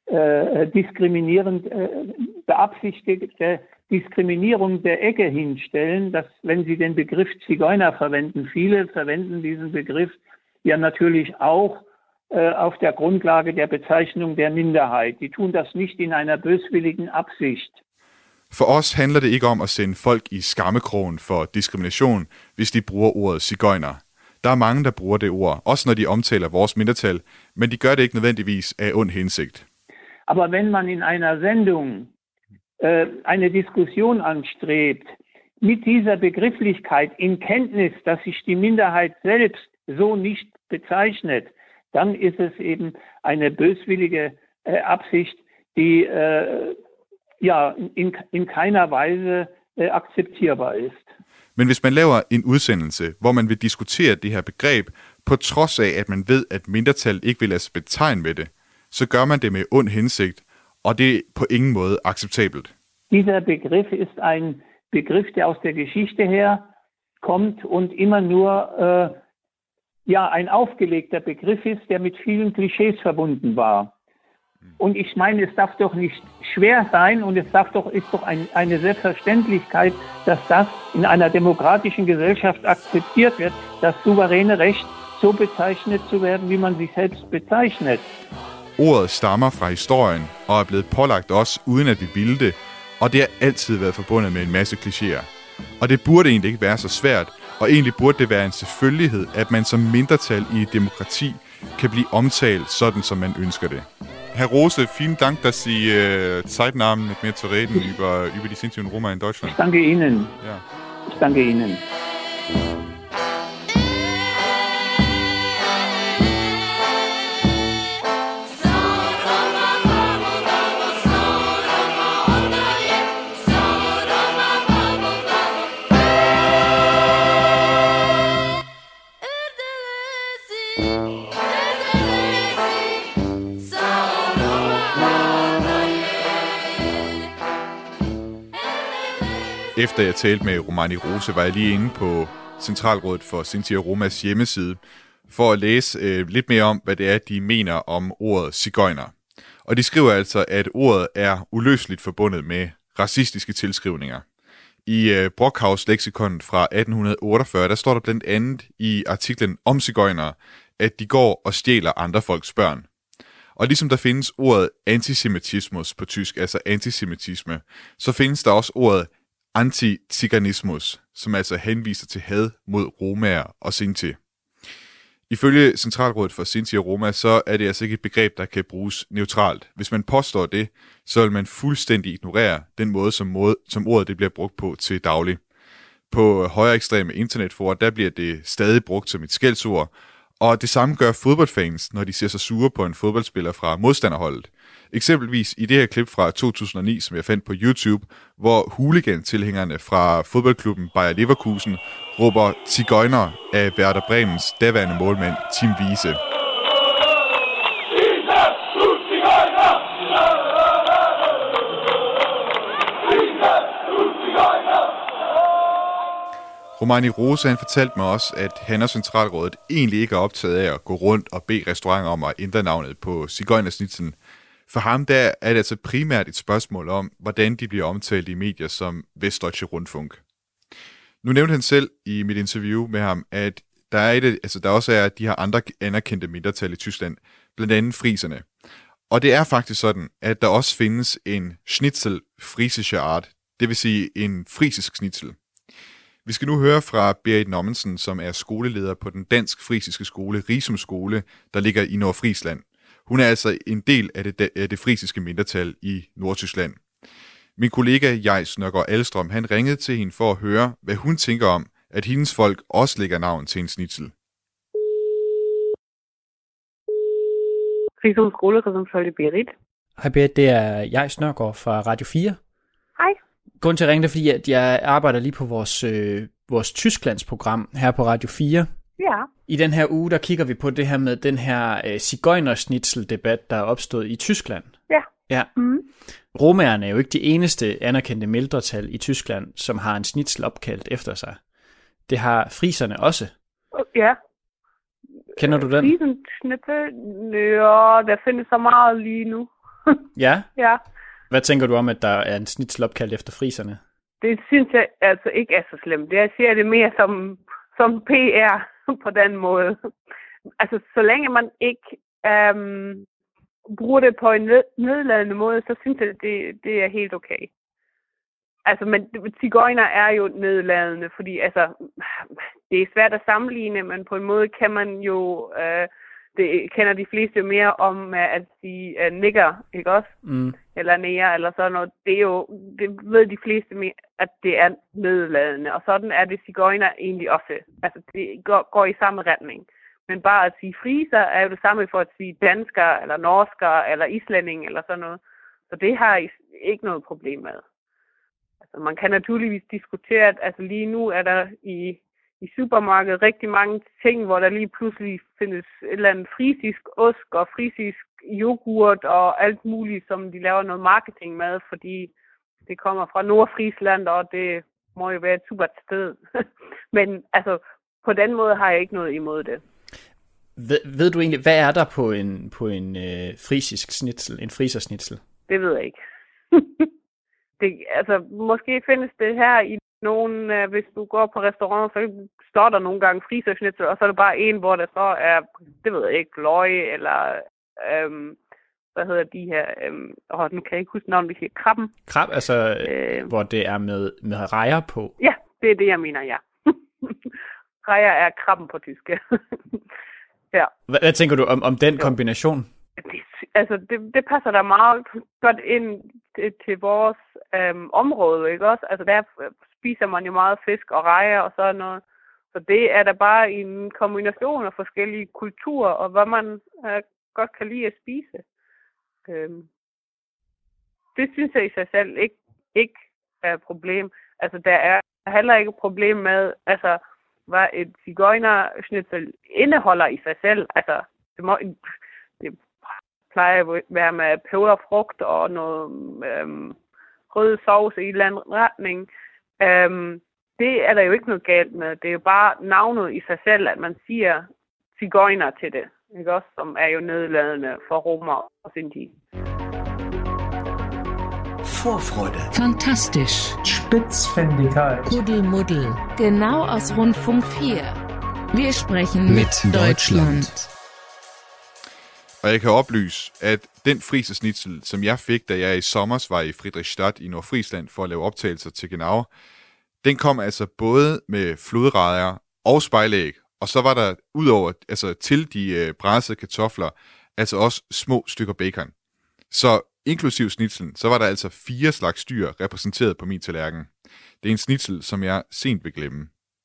beabsichtigte Diskriminierung der Ecke hinstellen, dass, wenn Sie den Begriff Zigeuner verwenden, viele verwenden diesen Begriff ja natürlich auch auf der Grundlage der Bezeichnung der Minderheit. Die tun das nicht in einer bøswilligen Absicht.
For os handler det ikke om at sende folk i skammekrogen for diskrimination, hvis de bruger ordet zigeuner. Der er mange, der bruger det ord, også når de omtaler vores mindretal, men de gør det ikke nødvendigvis af ond hensigt.
Aber wenn man in einer Sendung eine Diskussion anstrebt, mit dieser Begrifflichkeit in Kenntnis, dass sich die Minderheit selbst so nicht bezeichnet, dann ist es eben eine böswillige Absicht, die in keiner Weise akzeptierbar ist.
Men hvis man laver en udsendelse, hvor man vil diskutere det her begreb, på trods af, at man ved, at mindretal ikke vil lade sig betegne med det, så gør man det med ond hensigt, og det er på ingen måde acceptabelt.
Dieser Begriff ist ein Begriff, der aus der Geschichte her kommt und immer nur ein aufgelegter Begriff ist, der mit vielen Klischees verbunden war. Und ich meine, es darf doch nicht schwer sein und ist doch eine Selbstverständlichkeit, dass das in einer demokratischen Gesellschaft akzeptiert wird, das souveräne Recht, so bezeichnet zu werden, wie man sich selbst bezeichnet.
Ordet stammer fra historien og er blevet pålagt os, uden at vi ville det, og det har altid været forbundet med en masse klichéer. Og det burde egentlig ikke være så svært, og egentlig burde det være en selvfølgelighed, at man som mindretal i et demokrati kan blive omtalt sådan, som man ønsker det. Herr Rose, vielen Dank, dass Sie Zeit nahmen, mit mir zu reden über die Sinti und Roma in Deutschland.
Ich danke Ihnen.
Ja.
Ich danke Ihnen.
Efter jeg talte med Romani Rose, var jeg lige inde på Centralrådet for Sinti og Romas hjemmeside, for at læse lidt mere om, hvad det er, de mener om ordet zigeuner. Og de skriver altså, at ordet er uløseligt forbundet med racistiske tilskrivninger. I Brockhaus leksikon fra 1848, der står der blandt andet i artiklen om zigeuner, at de går og stjæler andre folks børn. Og ligesom der findes ordet antisemitismus på tysk, altså antisemitisme, så findes der også ordet antiziganismus, som altså henviser til had mod romaer og sinti. Ifølge Centralrådet for Sinti og Roma, så er det altså ikke et begreb, der kan bruges neutralt. Hvis man påstår det, så vil man fuldstændig ignorere den måde, som ordet det bliver brugt på til daglig. På højere ekstreme internetforer, der bliver det stadig brugt som et skældsord, og det samme gør fodboldfans, når de ser sig sure på en fodboldspiller fra modstanderholdet. Eksempelvis i det her klip fra 2009, som jeg fandt på YouTube, hvor hooligan-tilhængerne fra fodboldklubben Bayer Leverkusen råber zigeuner af Werder Bremens daværende målmand Tim Wiese. Romani Rose, han fortalte mig også, at han og Centralrådet egentlig ikke er optaget af at gå rundt og bede restauranter om at ændre navnet på zigeunersnitzeln. For ham der er det altså primært et spørgsmål om, hvordan de bliver omtalt i medier som Westdeutsche Rundfunk. Nu nævnte han selv i mit interview med ham, at der også er de her andre anerkendte mindretal i Tyskland, blandt andet friserne. Og det er faktisk sådan, at der også findes en schnitzel friesische Art, det vil sige en frisisk schnitzel. Vi skal nu høre fra Berit Nommensen, som er skoleleder på den dansk-frisiske skole Risum Skole, der ligger i Nordfrisland. Hun er altså en del af det frisiske mindretal i Nordtyskland. Min kollega Jais Nørgaard Alstrøm, han ringede til hende for at høre, hvad hun tænker om, at hendes folk også lægger navn til en schnitzel.
Risum Skole, Risum Skole, Berit.
Hej Berit, det er Jais Nørgaard fra Radio 4.
Hej.
Grunden til at ringe dig, fordi at jeg arbejder lige på vores Tysklandsprogram her på Radio 4.
Ja.
I den her uge, der kigger vi på det her med den her zigeuner-schnitzel-debat, der er opstået i Tyskland.
Ja.
Ja. Mm. Romaerne er jo ikke de eneste anerkendte mindretal i Tyskland, som har en schnitzel opkaldt efter sig. Det har friserne også.
Ja.
Kender du den?
Frisen-schnitzel? Ja, der findes så meget lige nu.
Ja?
Ja.
Hvad tænker du om, at der er en snitsel opkaldt efter friserne?
Det synes jeg altså ikke er så slemt. Jeg ser det mere som PR på den måde. Altså, så længe man ikke bruger det på en nedladende måde, så synes jeg, det er helt okay. Altså, men zigøjner er jo nedladende, fordi altså, det er svært at sammenligne, men på en måde kan man jo, det kender de fleste mere om at sige nigger, ikke også?
Mm.
Eller nære, eller sådan noget. Det er jo, det ved de fleste mere, at det er nedladende, og sådan er det zigøjner egentlig også. Altså, det går i samme retning. Men bare at sige friser er jo det samme for at sige dansker, eller norsker, eller islænding, eller sådan noget. Så det har jeg ikke noget problem med. Altså, man kan naturligvis diskutere, at altså, lige nu er der i supermarkedet rigtig mange ting, hvor der lige pludselig findes et eller andet frisisk ost og frisisk yoghurt og alt muligt, som de laver noget marketing med, fordi det kommer fra Nordfrisland, og det må jo være et super sted. Men altså, på den måde har jeg ikke noget imod det.
Ved du egentlig, hvad er der på en frisisk snitsel, en frisersnitsel?
Det ved jeg ikke. Altså, måske findes det her i nogen, hvis du går på restaurant, så står der nogle gange frisersnitsel, og så er der bare en, hvor der så er, det ved jeg ikke, løg, eller hvad hedder de her, nu kan jeg ikke huske navnet, vi siger krabben.
Krab, altså, hvor det er med rejer på?
Ja, det er det, jeg mener, ja. Rejer er krabben på tysk. Ja.
Hvad tænker du om den kombination?
Det passer da meget godt ind til vores område, ikke også? Altså der spiser man jo meget fisk og rejer og sådan noget. Så det er da bare en kombination af forskellige kulturer, og hvad man godt kan lide at spise. Det synes jeg i sig selv ikke er et problem. Altså der er heller ikke et problem med, altså hvad et zigøjnerschnitzel indeholder i sig selv. Altså det plejer at være med peberfrugt og noget rød sovs i en eller anden retning. Det er der jo ikke noget galt med. Det er jo bare navnet i sig selv, at man siger zigøjner til det, ikke også? Som er jo nedladende for romer og sinti.
Vorfreude.
Fantastisch.
Spitzfindigkeit.
Kuddelmuddel. Genau aus Rundfunk 4. Wir sprechen mit Deutschland.
Og jeg kan oplyse, at den frisersnitsel, som jeg fik, da jeg i sommer var i Friedrichstadt i Nordfrisland for at lave optagelser til Genau, den kom altså både med flodrejer og spejlæg, og så var der udover, altså til de brassede kartofler, altså også små stykker bacon. Så inklusiv snitselen, så var der altså 4 slags dyr repræsenteret på min tallerken. Det er en snitsel, som jeg sent vil glemme.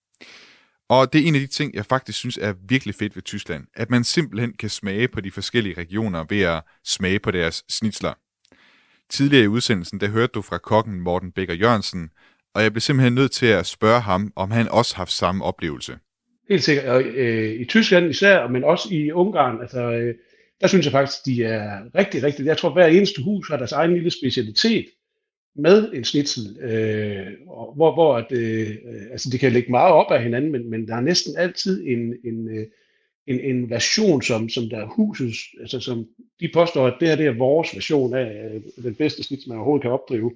Og det er en af de ting, jeg faktisk synes er virkelig fedt ved Tyskland, at man simpelthen kan smage på de forskellige regioner ved at smage på deres snitsler. Tidligere i udsendelsen, der hørte du fra kokken Morten Becker Jørgensen, og jeg blev simpelthen nødt til at spørge ham, om han også har haft samme oplevelse.
Helt sikkert. Og, i Tyskland især, men også i Ungarn, altså, der synes jeg faktisk, de er rigtig, rigtig. Jeg tror, hver eneste hus har deres egen lille specialitet med en snitsel, hvor altså det kan ligge meget op af hinanden, men der er næsten altid en version, som der er husets, altså som de påstår, at det her det er vores version af den bedste snitsel, man overhovedet kan opdrive.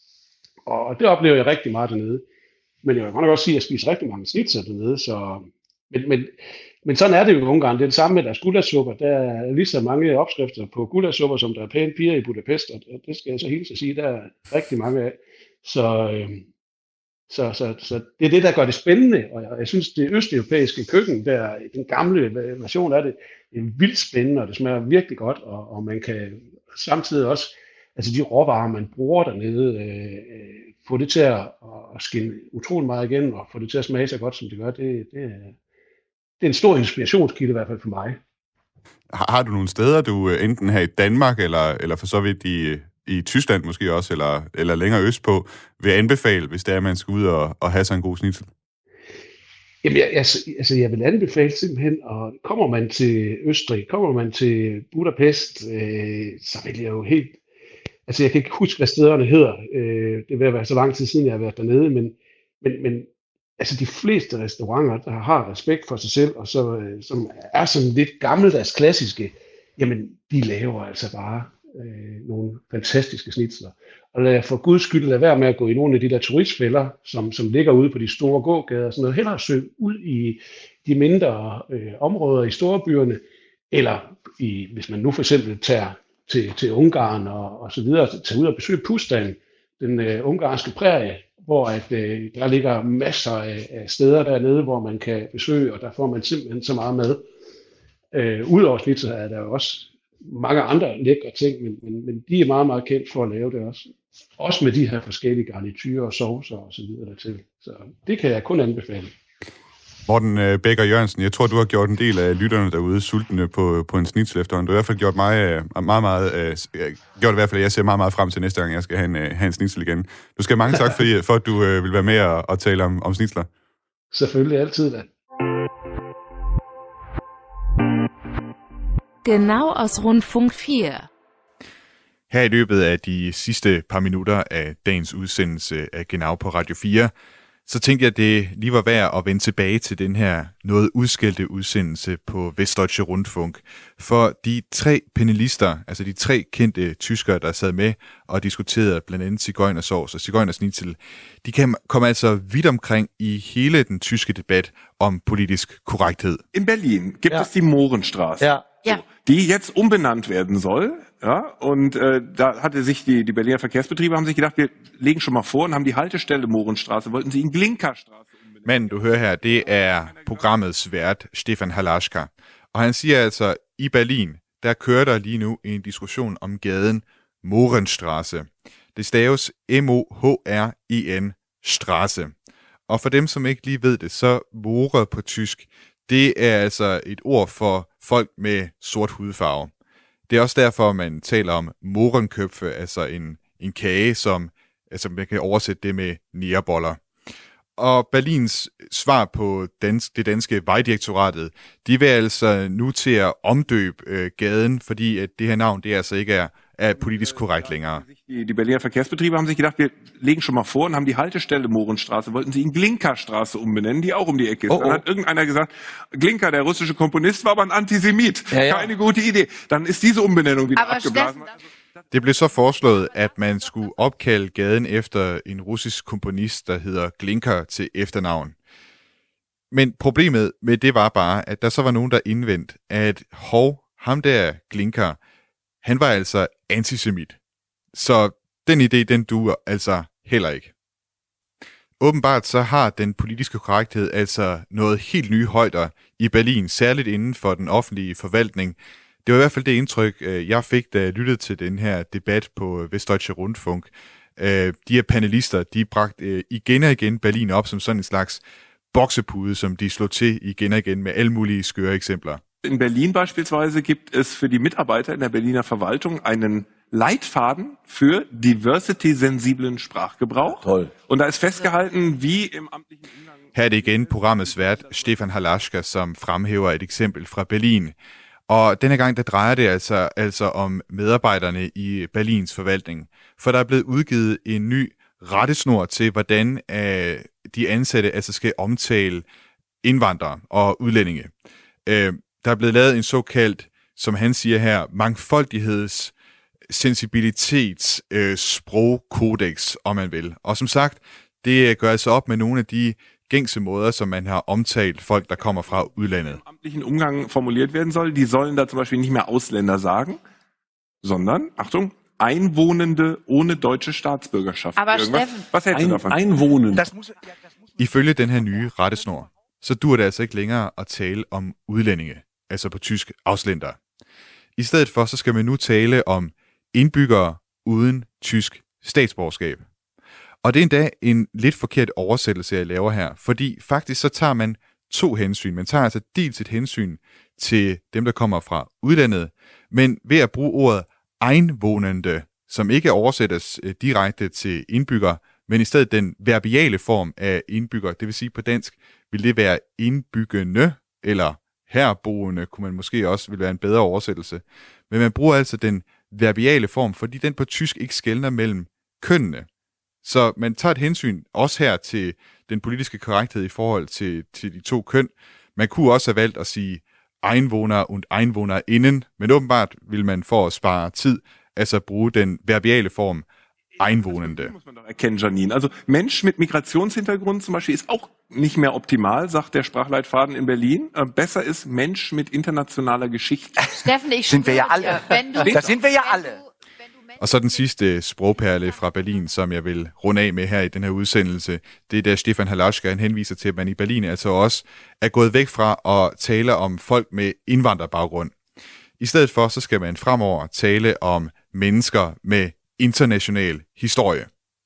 Og det oplever jeg rigtig meget dernede. Men jeg kan godt sige, at jeg spiser rigtig mange snitsler dernede, så men sådan er det jo i Ungarn. Det er det samme med deres gulasupper. Der er lige så mange opskrifter på gulasupper, som der er pæne piger i Budapest, og det skal jeg så hilse at sige, der er rigtig mange af. Så det er det, der gør det spændende, og jeg synes, det østeuropæiske køkken, der den gamle version af det, er vildt spændende, og det smager virkelig godt, og man kan samtidig også, altså de råvarer, man bruger dernede, få det til at skinne utrolig meget igen, og få det til at smage så godt, som det gør, det er en stor inspirationskilde i hvert fald for mig.
Har du nogle steder, du enten her i Danmark, eller for så vidt i Tyskland måske også, eller længere østpå, vil anbefale, hvis det er, at man skal ud og have sig en god snitsel?
Jamen, jeg vil anbefale simpelthen, og kommer man til Østrig, kommer man til Budapest, så vil jeg jo helt... Altså, jeg kan ikke huske, hvad stederne hedder. Det vil være så lang tid siden, jeg har været dernede, men altså de fleste restauranter, der har respekt for sig selv, og så, som er sådan lidt gammeldags klassiske, jamen de laver altså bare nogle fantastiske snitsler. Og lad for guds skyld lade være med at gå i nogle af de der turistfælder, som ligger ude på de store gågader og sådan noget. Hellere søge ud i de mindre områder i storbyerne, eller hvis man nu for eksempel tager til Ungarn og så videre, tager ud og besøge Pusztań, den ungarske prærie, hvor der ligger masser af steder dernede, hvor man kan besøge, og der får man simpelthen så meget med. Udover snitsler er der jo også mange andre lækre ting, men de er meget, meget kendt for at lave det også. Også med de her forskellige garniturer og saucer og så videre dertil. Så det kan jeg kun anbefale.
Morten Becker Jørgensen, jeg tror, du har gjort en del af lytterne derude sultne på en snitsel efterhånden. Du har i hvert fald gjort mig gjort i hvert fald, jeg ser meget, meget frem til næste gang, jeg skal have en snitsel igen. Du skal have mange tak, for at du vil være med og tale om snitsler.
Selvfølgelig, altid da.
Genau aus Rundfunk 4.
Her i løbet af de sidste par minutter af dagens udsendelse af Genau på Radio 4, så tænkte jeg, at det lige var værd at vende tilbage til den her noget udskældte udsendelse på Westdeutsche Rundfunk. For de 3 panelister, altså de 3 kendte tyskere, der sad med og diskuterede blandt andet zigeunersovs og zigeunersnitzel, de kom altså vidt omkring i hele den tyske debat om politisk korrekthed.
In Berlin gibt es die Mohrenstraße.
Ja.
Die jetzt umbenannt werden soll. Ja, und da hatte sich die Berliner Verkehrsbetriebe haben sich gedacht, wir legen schon mal vor und haben die Haltestelle Mohrenstraße, wollten sie in Glinka-Straße umbenennen.
Manden, du hører her, det er programmets vært, Stefan Halaschka. Og han siger altså, i Berlin, der kører der lige nu en diskussion om gaden Mohrenstraße. Det staves M-O-H-R-E-N Straße. Og for dem, som ikke lige ved det, så Mohre på tysk, det er altså et ord for folk med sort hudfarve. Det er også derfor, man taler om Mohrenköpfe, altså en kage, som altså man kan oversætte det med næreboller. Og Berlins svar på det danske Vejdirektoratet, de vil altså nu til at omdøbe gaden, fordi at det her navn, det altså ikke er politisk korrekt længere.
Die Berliner Verkehrsbetriebe haben sich gedacht, wir legen schon mal vor und haben die Haltestelle Mohrenstraße, wollten sie in Glinka-Straße umbenennen, die auch um die Ecke ist. Dann hat irgendeiner gesagt, Glinka, der russische Komponist, war aber ein Antisemit. Keine gute Idee. Dann ist diese Umbenennung wieder abgeblasen.
Det blev så foreslået, at man skulle opkalde gaden efter en russisk komponist, der hedder Glinka til efternavn. Men problemet med det var bare, at der så var nogen, der indvendte, at ham der Glinka, han var altså antisemit. Så den idé, den duer altså heller ikke. Åbenbart så har den politiske korrekthed altså noget helt nye højder i Berlin, særligt inden for den offentlige forvaltning. Det var i hvert fald det indtryk, jeg fik, da jeg lyttede til den her debat på Westdeutsche Rundfunk. De her panelister, de bragte igen og igen Berlin op som sådan en slags boksepude, som de slog til igen og igen med alle mulige skøre eksempler.
In Berlin beispielsweise gibt es für die Mitarbeiter in der Berliner Verwaltung einen Leitfaden für diversity-sensiblen Sprachgebrauch. Toll. Und da ist festgehalten, wie im amtlichen Umgang...
Her er det igen programmets vært, Stefan Halaschka, som fremhæver et eksempel fra Berlin. Og denne gang, der drejer det altså om medarbejderne i Berlins forvaltning. For der er blevet udgivet en ny rettesnor til, hvordan de ansatte altså skal omtale indvandrere og udlændinge. Der er blevet lavet en såkaldt, som han siger her, mangfoldigheds sensibilitets sprogkodex, om man vil. Og som sagt, det gør altså op med nogle af de gængse måder, som man har omtalt folk, der kommer fra udlandet.
Im amtlichen Umgang formuliert werden soll, die sollen da zum Beispiel nicht mehr Ausländer sagen, sondern, Achtung, Einwohnende ohne deutsche Staatsbürgerschaft.
Aber Steffen,
was hältst du davon?
Einwohnende.
Ifølge den her nye rettesnor, så dur det altså ikke længere at tale om udlændinge, altså på tysk auslænder. I stedet for, så skal man nu tale om indbyggere uden tysk statsborgerskab. Og det er endda en lidt forkert oversættelse, jeg laver her, fordi faktisk så tager man 2 hensyn. Man tager altså dels et hensyn til dem, der kommer fra udlandet, men ved at bruge ordet einwohnende, som ikke oversættes direkte til indbygger, men i stedet den verbiale form af indbygger, det vil sige på dansk, vil det være indbyggende, eller herboende, kunne man måske også vil være en bedre oversættelse. Men man bruger altså den verbiale form, fordi den på tysk ikke skelner mellem kønnene. Så man tager et hensyn også her til den politiske korrekthed i forhold til de 2 køn. Man kunne også have valgt at sige Einwohner und Einwohnerinnen, men åbenbart vil man for at spare tid altså bruge den verbiale form Einwohnende.
Das muss man doch erkennen, Janine. Also Mensch mit Migrationshintergrund zum Beispiel ist auch nicht mehr optimal, sagt der Sprachleitfaden in Berlin. Besser ist Mensch mit internationaler Geschichte.
Steffen, ich
sind wir ja alle. Da sind wir ja alle.
Og så den sidste sprogperle fra Berlin, som jeg vil runde af med her i den her udsendelse, det er da Stefan Halaschka, han henviser til, at man i Berlin altså også er gået væk fra at tale om folk med indvandrerbaggrund. I stedet for, så skal man fremover tale om mennesker med international historie.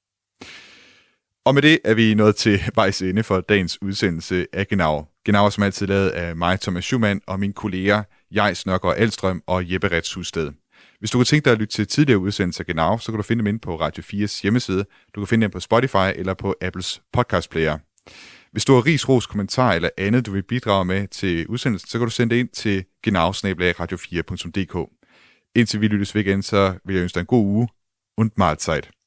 Og med det er vi nået til vejs ende for dagens udsendelse af Genau. Genau er som altid lavet af mig, Thomas Schumann, og mine kolleger Jais Nørgaard Alstrøm og Jeppe Retz Husted. Hvis du kunne tænke dig at lytte til tidligere udsendelser af Genau, så kan du finde dem inde på Radio 4's hjemmeside. Du kan finde dem på Spotify eller på Apples podcastplayer. Hvis du har ris, ros, kommentar eller andet, du vil bidrage med til udsendelsen, så kan du sende det ind til genau@radio4.dk. Indtil vi lyttes ved igen, så vil jeg ønske dig en god uge und Mahlzeit.